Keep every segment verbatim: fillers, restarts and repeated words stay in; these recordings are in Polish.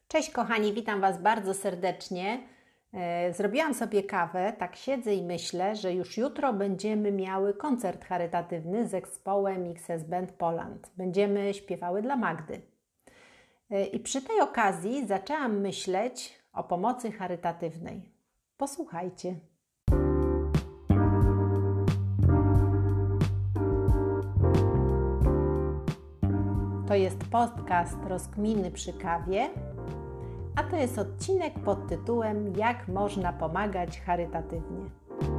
Cześć kochani, witam Was bardzo serdecznie. Zrobiłam sobie kawę, tak siedzę i myślę, że już jutro będziemy miały koncert charytatywny z zespołem X S Band Poland. Będziemy śpiewały dla Magdy. I przy tej okazji zaczęłam myśleć o pomocy charytatywnej. Posłuchajcie. To jest podcast Rozkminy przy kawie, a to jest odcinek pod tytułem Jak można pomagać charytatywnie.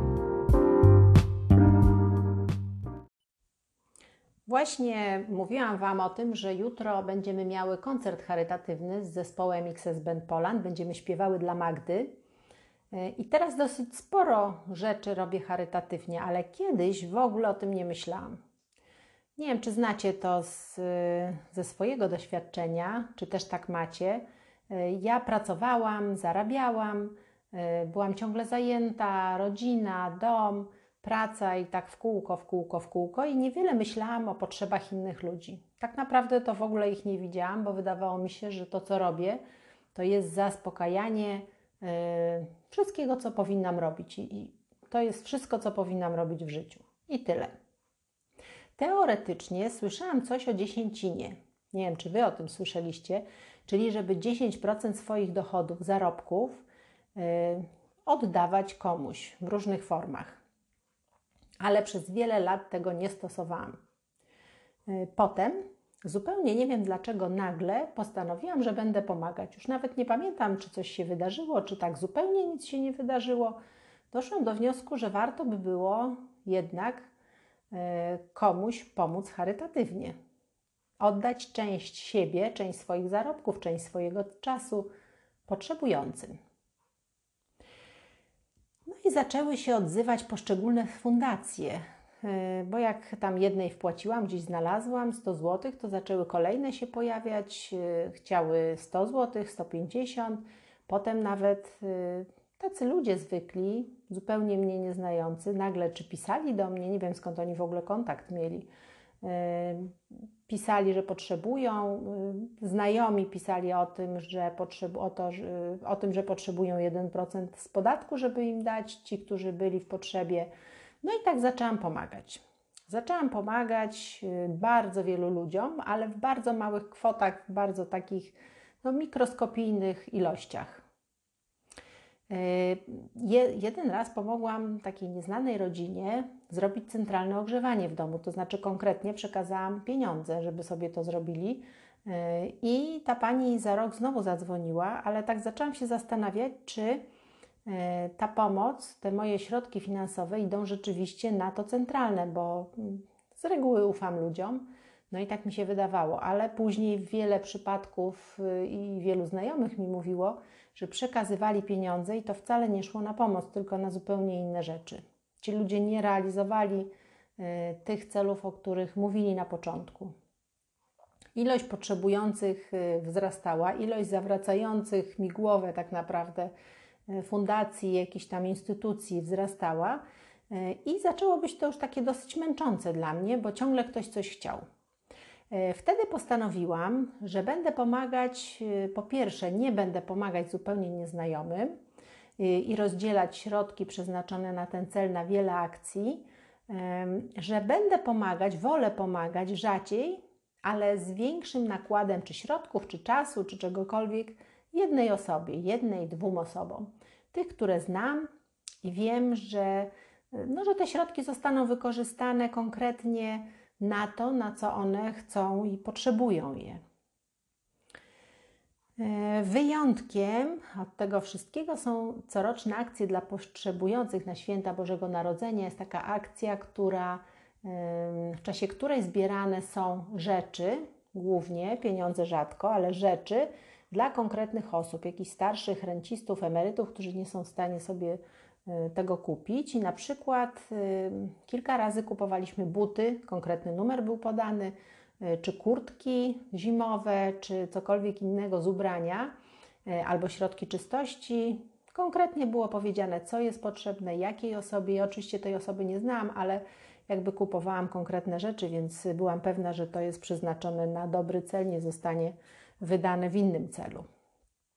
Właśnie mówiłam Wam o tym, że jutro będziemy miały koncert charytatywny z zespołem X S Band Poland. Będziemy śpiewały dla Magdy. I teraz dosyć sporo rzeczy robię charytatywnie, ale kiedyś w ogóle o tym nie myślałam. Nie wiem, czy znacie to z, ze swojego doświadczenia, czy też tak macie. Ja pracowałam, zarabiałam, byłam ciągle zajęta, rodzina, dom, praca i tak w kółko, w kółko, w kółko i niewiele myślałam o potrzebach innych ludzi. Tak naprawdę to w ogóle ich nie widziałam, bo wydawało mi się, że to, co robię, to jest zaspokajanie yy, wszystkiego, co powinnam robić i, i to jest wszystko, co powinnam robić w życiu. I tyle. Teoretycznie słyszałam coś o dziesięcinie. Nie wiem, czy Wy o tym słyszeliście, czyli żeby dziesięć procent swoich dochodów, zarobków yy, oddawać komuś w różnych formach. Ale przez wiele lat tego nie stosowałam. Yy, potem, zupełnie nie wiem dlaczego, nagle postanowiłam, że będę pomagać. Już nawet nie pamiętam, czy coś się wydarzyło, czy tak zupełnie nic się nie wydarzyło. Doszłam do wniosku, że warto by było jednak yy, komuś pomóc charytatywnie. Oddać część siebie, część swoich zarobków, część swojego czasu potrzebującym. No i zaczęły się odzywać poszczególne fundacje, bo jak tam jednej wpłaciłam, gdzieś znalazłam sto złotych, to zaczęły kolejne się pojawiać, chciały sto złotych, sto pięćdziesiąt, potem nawet tacy ludzie zwykli, zupełnie mnie nieznający, nagle czy pisali do mnie, nie wiem skąd oni w ogóle kontakt mieli, pisali, że potrzebują, znajomi pisali o tym, że, potrzebu- o, to, że, o tym, że potrzebują jeden procent z podatku, żeby im dać, ci, którzy byli w potrzebie. No i tak zaczęłam pomagać. Zaczęłam pomagać bardzo wielu ludziom, ale w bardzo małych kwotach, w bardzo takich no, mikroskopijnych ilościach. Je, jeden raz pomogłam takiej nieznanej rodzinie zrobić centralne ogrzewanie w domu, to znaczy konkretnie przekazałam pieniądze, żeby sobie to zrobili i ta pani za rok znowu zadzwoniła, ale tak zaczęłam się zastanawiać, czy ta pomoc, te moje środki finansowe idą rzeczywiście na to centralne, bo z reguły ufam ludziom, no i tak mi się wydawało, ale później wiele przypadków i wielu znajomych mi mówiło, że przekazywali pieniądze i to wcale nie szło na pomoc, tylko na zupełnie inne rzeczy. Ci ludzie nie realizowali y, tych celów, o których mówili na początku. Ilość potrzebujących y, wzrastała, ilość zawracających mi głowę tak naprawdę y, fundacji, jakichś tam instytucji wzrastała y, i zaczęło być to już takie dosyć męczące dla mnie, bo ciągle ktoś coś chciał. Wtedy postanowiłam, że będę pomagać, po pierwsze nie będę pomagać zupełnie nieznajomym i rozdzielać środki przeznaczone na ten cel na wiele akcji, że będę pomagać, wolę pomagać rzadziej, ale z większym nakładem czy środków, czy czasu, czy czegokolwiek jednej osobie, jednej, dwóm osobom. Tych, które znam i wiem, że, no, że te środki zostaną wykorzystane konkretnie na to, na co one chcą i potrzebują je. Wyjątkiem od tego wszystkiego są coroczne akcje dla potrzebujących na święta Bożego Narodzenia. Jest taka akcja, która, w czasie której zbierane są rzeczy, głównie, pieniądze rzadko, ale rzeczy dla konkretnych osób, jakichś starszych, rencistów, emerytów, którzy nie są w stanie sobie tego kupić i na przykład y, kilka razy kupowaliśmy buty, konkretny numer był podany, y, czy kurtki zimowe, czy cokolwiek innego z ubrania, y, albo środki czystości. Konkretnie było powiedziane, co jest potrzebne, jakiej osobie. Ja oczywiście tej osoby nie znałam, ale jakby kupowałam konkretne rzeczy, więc byłam pewna, że to jest przeznaczone na dobry cel, nie zostanie wydane w innym celu.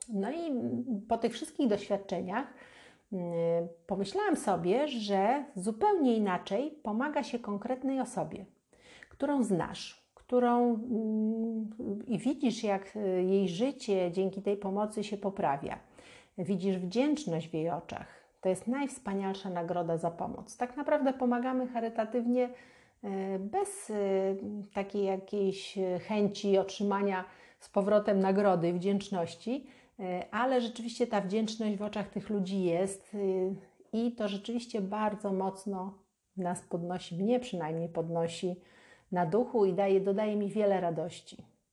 No i po tych wszystkich doświadczeniach pomyślałam sobie, że zupełnie inaczej pomaga się konkretnej osobie, którą znasz, którą i widzisz, jak jej życie dzięki tej pomocy się poprawia. Widzisz wdzięczność w jej oczach. To jest najwspanialsza nagroda za pomoc. Tak naprawdę pomagamy charytatywnie bez takiej jakiejś chęci otrzymania z powrotem nagrody, wdzięczności, ale rzeczywiście ta wdzięczność w oczach tych ludzi jest i to rzeczywiście bardzo mocno nas podnosi, mnie przynajmniej podnosi na duchu i daje, dodaje mi wiele radości.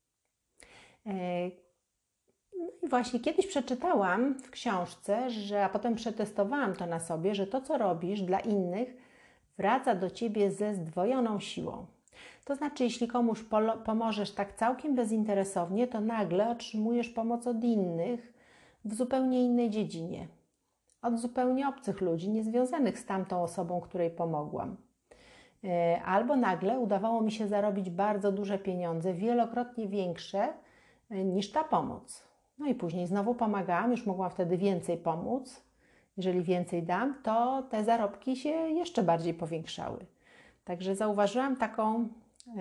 No i właśnie kiedyś przeczytałam w książce, że, a potem przetestowałam to na sobie, że to, co robisz dla innych, wraca do Ciebie ze zdwojoną siłą. To znaczy, jeśli komuś pomożesz tak całkiem bezinteresownie, to nagle otrzymujesz pomoc od innych w zupełnie innej dziedzinie. Od zupełnie obcych ludzi, niezwiązanych z tamtą osobą, której pomogłam. Albo nagle udawało mi się zarobić bardzo duże pieniądze, wielokrotnie większe niż ta pomoc. No i później znowu pomagałam, już mogłam wtedy więcej pomóc. Jeżeli więcej dam, to te zarobki się jeszcze bardziej powiększały. Także zauważyłam taką, yy,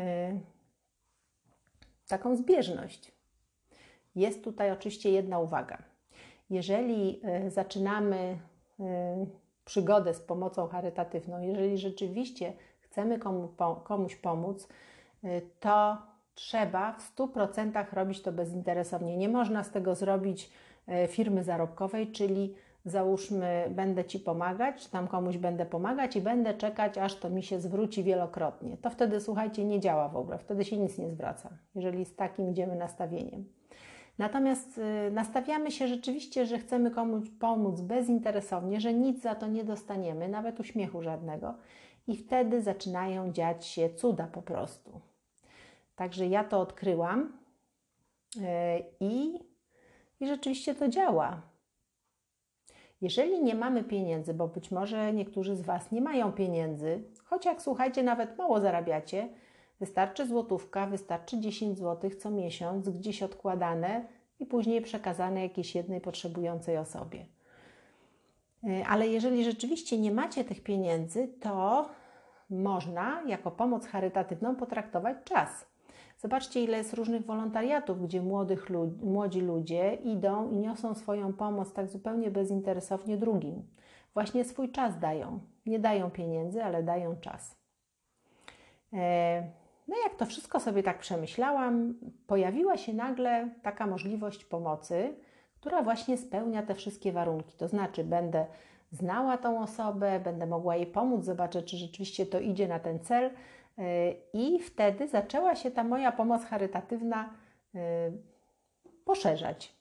taką zbieżność. Jest tutaj oczywiście jedna uwaga. Jeżeli yy, zaczynamy yy, przygodę z pomocą charytatywną, jeżeli rzeczywiście chcemy komu, komuś pomóc, yy, to trzeba w stu procentach robić to bezinteresownie. Nie można z tego zrobić yy, firmy zarobkowej, czyli załóżmy, będę Ci pomagać, czy tam komuś będę pomagać i będę czekać, aż to mi się zwróci wielokrotnie. To wtedy, słuchajcie, nie działa w ogóle, wtedy się nic nie zwraca, jeżeli z takim idziemy nastawieniem. Natomiast y, nastawiamy się rzeczywiście, że chcemy komuś pomóc bezinteresownie, że nic za to nie dostaniemy, nawet uśmiechu żadnego i wtedy zaczynają dziać się cuda po prostu. Także ja to odkryłam y, i, i rzeczywiście to działa. Jeżeli nie mamy pieniędzy, bo być może niektórzy z Was nie mają pieniędzy, choć jak słuchajcie, nawet mało zarabiacie, wystarczy złotówka, wystarczy dziesięć złotych co miesiąc gdzieś odkładane i później przekazane jakiejś jednej potrzebującej osobie. Ale jeżeli rzeczywiście nie macie tych pieniędzy, to można jako pomoc charytatywną potraktować czas. Zobaczcie, ile jest różnych wolontariatów, gdzie młodych lud- młodzi ludzie idą i niosą swoją pomoc tak zupełnie bezinteresownie drugim. Właśnie swój czas dają. Nie dają pieniędzy, ale dają czas. E, no jak to wszystko sobie tak przemyślałam, pojawiła się nagle taka możliwość pomocy, która właśnie spełnia te wszystkie warunki. To znaczy, będę znała tą osobę, będę mogła jej pomóc, zobaczę, czy rzeczywiście to idzie na ten cel. I wtedy zaczęła się ta moja pomoc charytatywna poszerzać.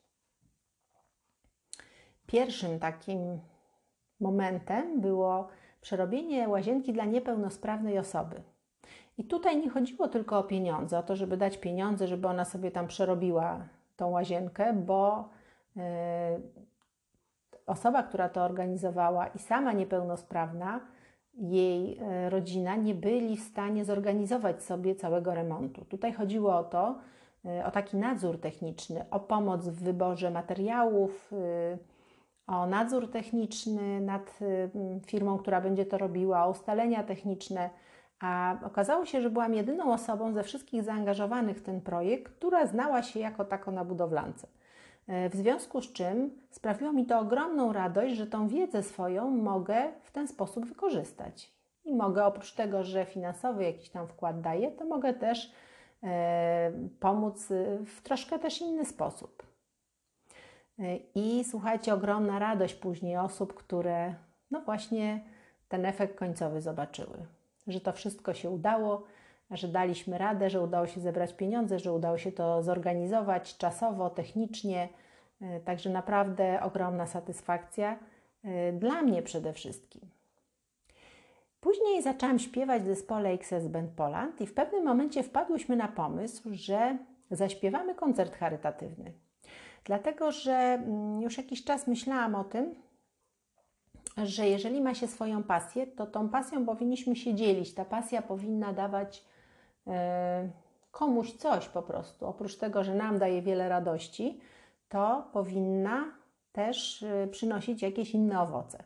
Pierwszym takim momentem było przerobienie łazienki dla niepełnosprawnej osoby. I tutaj nie chodziło tylko o pieniądze, o to, żeby dać pieniądze, żeby ona sobie tam przerobiła tą łazienkę, bo osoba, która to organizowała i sama niepełnosprawna, jej rodzina nie byli w stanie zorganizować sobie całego remontu. Tutaj chodziło o to, o taki nadzór techniczny, o pomoc w wyborze materiałów, o nadzór techniczny nad firmą, która będzie to robiła, o ustalenia techniczne, a okazało się, że byłam jedyną osobą ze wszystkich zaangażowanych w ten projekt, która znała się jako tako na budowlance. W związku z czym sprawiło mi to ogromną radość, że tą wiedzę swoją mogę w ten sposób wykorzystać. I mogę oprócz tego, że finansowy jakiś tam wkład daję, to mogę też e, pomóc w troszkę też inny sposób. E, I słuchajcie, ogromna radość później osób, które no właśnie ten efekt końcowy zobaczyły. Że to wszystko się udało, że daliśmy radę, że udało się zebrać pieniądze, że udało się to zorganizować czasowo, technicznie. Także naprawdę ogromna satysfakcja dla mnie przede wszystkim. Później zaczęłam śpiewać w zespole X S Band Poland i w pewnym momencie wpadłyśmy na pomysł, że zaśpiewamy koncert charytatywny. Dlatego, że już jakiś czas myślałam o tym, że jeżeli ma się swoją pasję, to tą pasją powinniśmy się dzielić. Ta pasja powinna dawać komuś coś po prostu. Oprócz tego, że nam daje wiele radości, to powinna też przynosić jakieś inne owoce.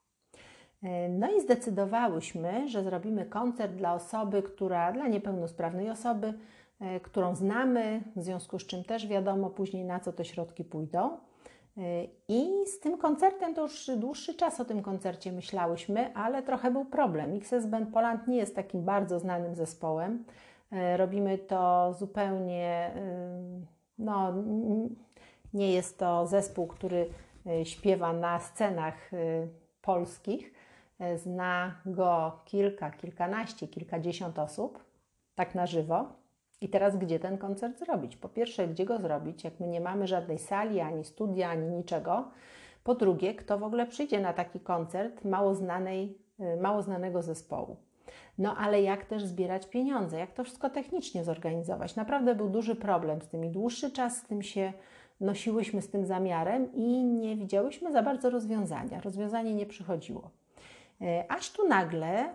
No i zdecydowałyśmy, że zrobimy koncert dla osoby, która, dla niepełnosprawnej osoby, którą znamy, w związku z czym też wiadomo później, na co te środki pójdą. I z tym koncertem to już dłuższy czas o tym koncercie myślałyśmy, ale trochę był problem. X S Band Poland nie jest takim bardzo znanym zespołem. Robimy to zupełnie, no nie jest to zespół, który śpiewa na scenach polskich. Zna go kilka, kilkanaście, kilkadziesiąt osób, tak na żywo. I teraz gdzie ten koncert zrobić? Po pierwsze, gdzie go zrobić, jak my nie mamy żadnej sali, ani studia, ani niczego. Po drugie, kto w ogóle przyjdzie na taki koncert mało znanej, mało znanego zespołu. No ale jak też zbierać pieniądze, jak to wszystko technicznie zorganizować? Naprawdę był duży problem z tym i dłuższy czas z tym się nosiłyśmy, z tym zamiarem i nie widziałyśmy za bardzo rozwiązania. Rozwiązanie nie przychodziło. Aż tu nagle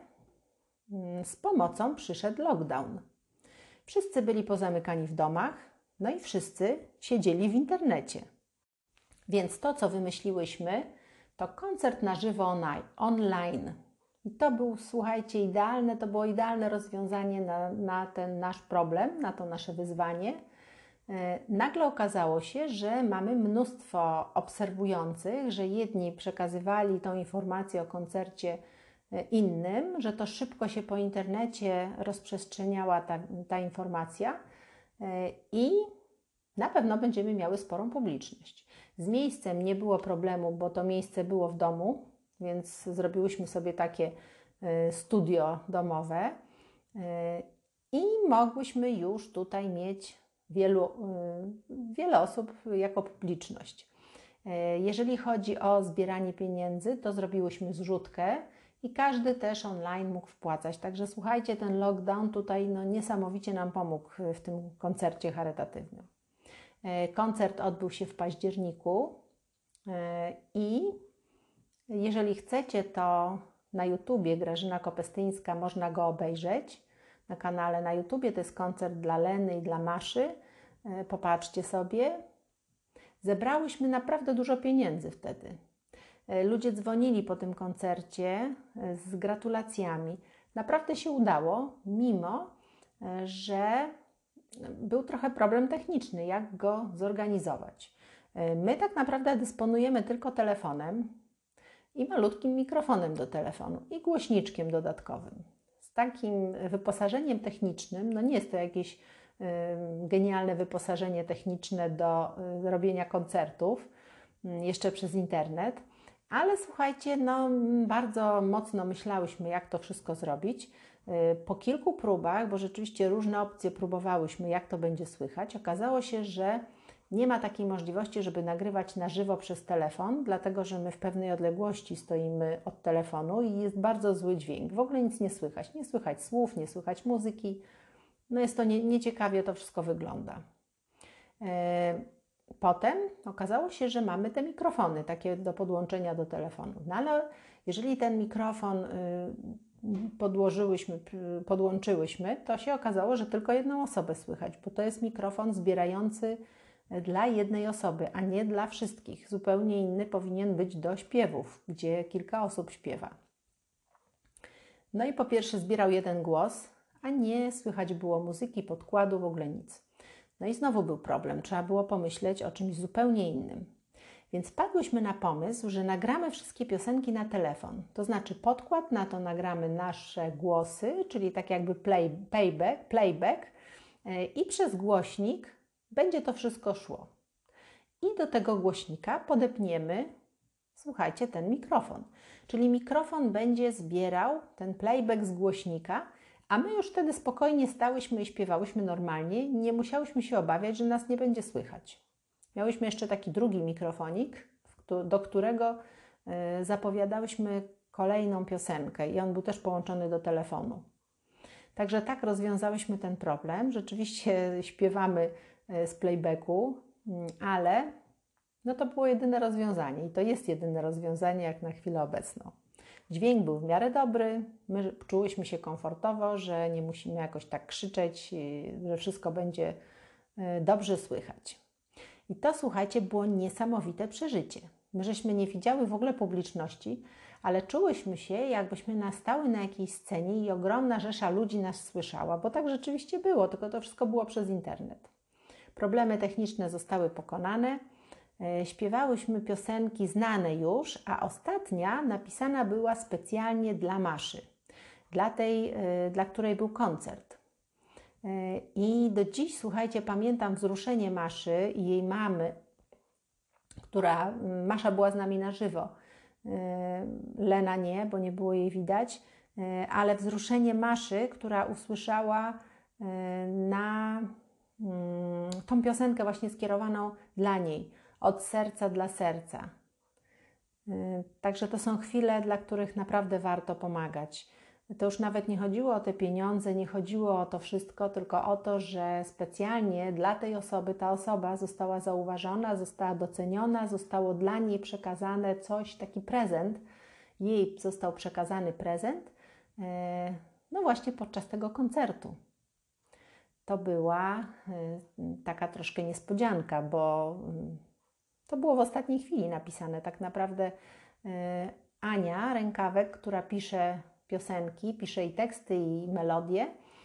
z pomocą przyszedł lockdown. Wszyscy byli pozamykani w domach, no i wszyscy siedzieli w internecie. Więc to, co wymyśliłyśmy, to koncert na żywo online. I to był, słuchajcie, idealne, to było idealne rozwiązanie na, na ten nasz problem, na to nasze wyzwanie. Nagle okazało się, że mamy mnóstwo obserwujących, że jedni przekazywali tą informację o koncercie innym, że to szybko się po internecie rozprzestrzeniała ta, ta informacja i na pewno będziemy miały sporą publiczność. Z miejscem nie było problemu, bo to miejsce było w domu, więc zrobiłyśmy sobie takie studio domowe i mogłyśmy już tutaj mieć wielu, wiele osób jako publiczność. Jeżeli chodzi o zbieranie pieniędzy, to zrobiłyśmy zrzutkę i każdy też online mógł wpłacać. Także słuchajcie, ten lockdown tutaj no, niesamowicie nam pomógł w tym koncercie charytatywnym. Koncert odbył się w październiku i jeżeli chcecie, to na YouTubie Grażyna Kopestyńska można go obejrzeć. Na kanale na YouTubie to jest koncert dla Leny i dla Maszy. Popatrzcie sobie. Zebrałyśmy naprawdę dużo pieniędzy wtedy. Ludzie dzwonili po tym koncercie z gratulacjami. Naprawdę się udało, mimo że był trochę problem techniczny, jak go zorganizować. My tak naprawdę dysponujemy tylko telefonem i malutkim mikrofonem do telefonu i głośniczkiem dodatkowym. Z takim wyposażeniem technicznym, no nie jest to jakieś y, genialne wyposażenie techniczne do y, robienia koncertów, y, jeszcze przez internet, ale słuchajcie, no bardzo mocno myślałyśmy, jak to wszystko zrobić. Y, po kilku próbach, bo rzeczywiście różne opcje próbowałyśmy, jak to będzie słychać, okazało się, że nie ma takiej możliwości, żeby nagrywać na żywo przez telefon, dlatego że my w pewnej odległości stoimy od telefonu i jest bardzo zły dźwięk. W ogóle nic nie słychać. Nie słychać słów, nie słychać muzyki. No jest to nie, nieciekawie to wszystko wygląda. Potem okazało się, że mamy te mikrofony takie do podłączenia do telefonu. No ale jeżeli ten mikrofon podłożyłyśmy, podłączyłyśmy, to się okazało, że tylko jedną osobę słychać, bo to jest mikrofon zbierający dla jednej osoby, a nie dla wszystkich. Zupełnie inny powinien być do śpiewów, gdzie kilka osób śpiewa. No i po pierwsze zbierał jeden głos, a nie słychać było muzyki, podkładu, w ogóle nic. No i znowu był problem. Trzeba było pomyśleć o czymś zupełnie innym. Więc padłyśmy na pomysł, że nagramy wszystkie piosenki na telefon. To znaczy podkład, na to nagramy nasze głosy, czyli tak jakby play, playback, playback i przez głośnik będzie to wszystko szło. I do tego głośnika podepniemy, słuchajcie, ten mikrofon. Czyli mikrofon będzie zbierał ten playback z głośnika, a my już wtedy spokojnie stałyśmy i śpiewałyśmy normalnie. Nie musiałyśmy się obawiać, że nas nie będzie słychać. Miałyśmy jeszcze taki drugi mikrofonik, do którego zapowiadałyśmy kolejną piosenkę i on był też połączony do telefonu. Także tak rozwiązałyśmy ten problem. Rzeczywiście śpiewamy z playbacku, ale no to było jedyne rozwiązanie i to jest jedyne rozwiązanie jak na chwilę obecną. Dźwięk był w miarę dobry, my czułyśmy się komfortowo, że nie musimy jakoś tak krzyczeć, że wszystko będzie dobrze słychać. I to, słuchajcie, było niesamowite przeżycie. My żeśmy nie widziały w ogóle publiczności, ale czułyśmy się, jakbyśmy nastały na jakiejś scenie i ogromna rzesza ludzi nas słyszała, bo tak rzeczywiście było, tylko to wszystko było przez internet. Problemy techniczne zostały pokonane, śpiewałyśmy piosenki znane już, a ostatnia napisana była specjalnie dla Maszy, dla tej, dla której był koncert. I do dziś, słuchajcie, pamiętam wzruszenie Maszy i jej mamy, która, Masza była z nami na żywo, Lena nie, bo nie było jej widać, ale wzruszenie Maszy, która usłyszała na tą piosenkę właśnie skierowaną dla niej, od serca dla serca. Także to są chwile, dla których naprawdę warto pomagać. To już nawet nie chodziło o te pieniądze, nie chodziło o to wszystko, tylko o to, że specjalnie dla tej osoby ta osoba została zauważona, została doceniona, zostało dla niej przekazane coś, taki prezent. Jej został przekazany prezent, no właśnie podczas tego koncertu. To była taka troszkę niespodzianka, bo to było w ostatniej chwili napisane. Tak naprawdę Ania Rękawek, która pisze piosenki, pisze i teksty, i melodie,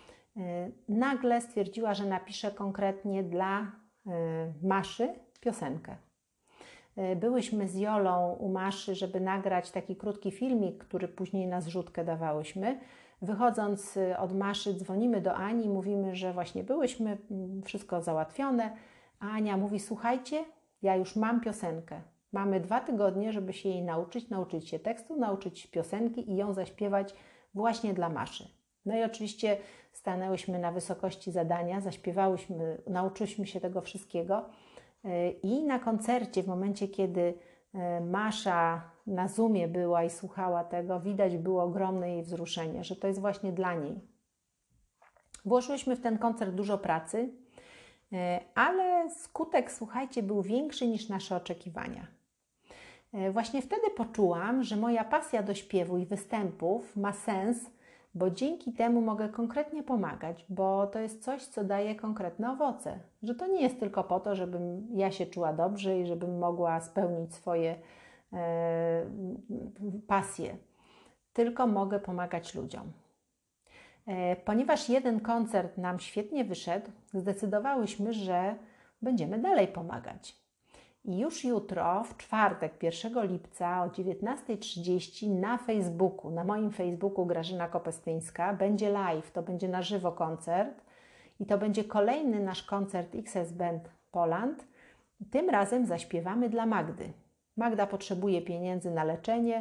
nagle stwierdziła, że napisze konkretnie dla Maszy piosenkę. Byłyśmy z Jolą u Maszy, żeby nagrać taki krótki filmik, który później na zrzutkę dawałyśmy. Wychodząc od Maszy dzwonimy do Ani i mówimy, że właśnie byłyśmy, wszystko załatwione, a Ania mówi: słuchajcie, ja już mam piosenkę. Mamy dwa tygodnie, żeby się jej nauczyć, nauczyć się tekstu, nauczyć się piosenki i ją zaśpiewać właśnie dla Maszy. No i oczywiście stanęłyśmy na wysokości zadania, zaśpiewałyśmy, nauczyliśmy się tego wszystkiego i na koncercie, w momencie kiedy Masza na Zoomie była i słuchała tego, widać było ogromne jej wzruszenie, że to jest właśnie dla niej. Włożyłyśmy w ten koncert dużo pracy, ale skutek, słuchajcie, był większy niż nasze oczekiwania. Właśnie wtedy poczułam, że moja pasja do śpiewu i występów ma sens, bo dzięki temu mogę konkretnie pomagać, bo to jest coś, co daje konkretne owoce. Że to nie jest tylko po to, żebym ja się czuła dobrze i żebym mogła spełnić swoje e, pasje, tylko mogę pomagać ludziom. E, ponieważ jeden koncert nam świetnie wyszedł, zdecydowałyśmy, że będziemy dalej pomagać. I już jutro, w czwartek, pierwszego lipca o dziewiętnasta trzydzieści na Facebooku, na moim Facebooku Grażyna Kopestyńska, będzie live, to będzie na żywo koncert i to będzie kolejny nasz koncert X S Band Poland. Tym razem zaśpiewamy dla Magdy. Magda potrzebuje pieniędzy na leczenie.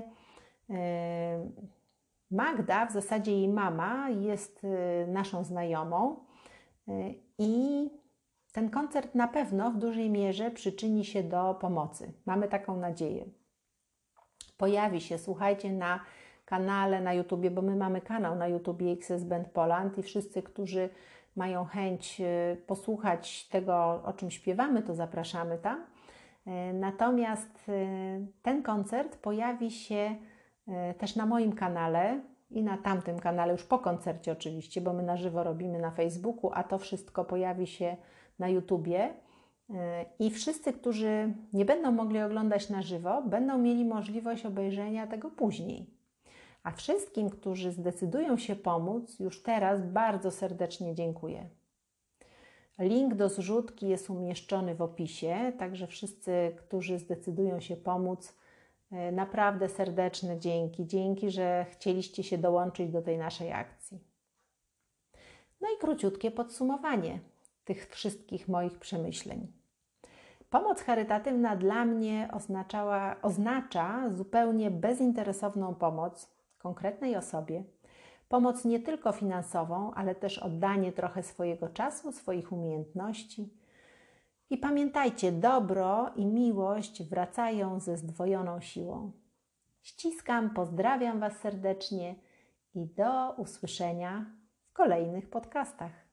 Magda, w zasadzie jej mama, jest naszą znajomą i ten koncert na pewno w dużej mierze przyczyni się do pomocy. Mamy taką nadzieję. Pojawi się, słuchajcie, na kanale na YouTubie, bo my mamy kanał na YouTubie X S Band Poland i wszyscy, którzy mają chęć posłuchać tego, o czym śpiewamy, to zapraszamy tam. Natomiast ten koncert pojawi się też na moim kanale i na tamtym kanale, już po koncercie oczywiście, bo my na żywo robimy na Facebooku, a to wszystko pojawi się na YouTubie i wszyscy, którzy nie będą mogli oglądać na żywo, będą mieli możliwość obejrzenia tego później. A wszystkim, którzy zdecydują się pomóc, już teraz bardzo serdecznie dziękuję. Link do zrzutki jest umieszczony w opisie, także wszyscy, którzy zdecydują się pomóc, naprawdę serdeczne dzięki. Dzięki, że chcieliście się dołączyć do tej naszej akcji. No i króciutkie podsumowanie tych wszystkich moich przemyśleń. Pomoc charytatywna dla mnie oznaczała, oznacza zupełnie bezinteresowną pomoc konkretnej osobie, pomoc nie tylko finansową, ale też oddanie trochę swojego czasu, swoich umiejętności. I pamiętajcie, dobro i miłość wracają ze zdwojoną siłą. Ściskam, pozdrawiam Was serdecznie i do usłyszenia w kolejnych podcastach.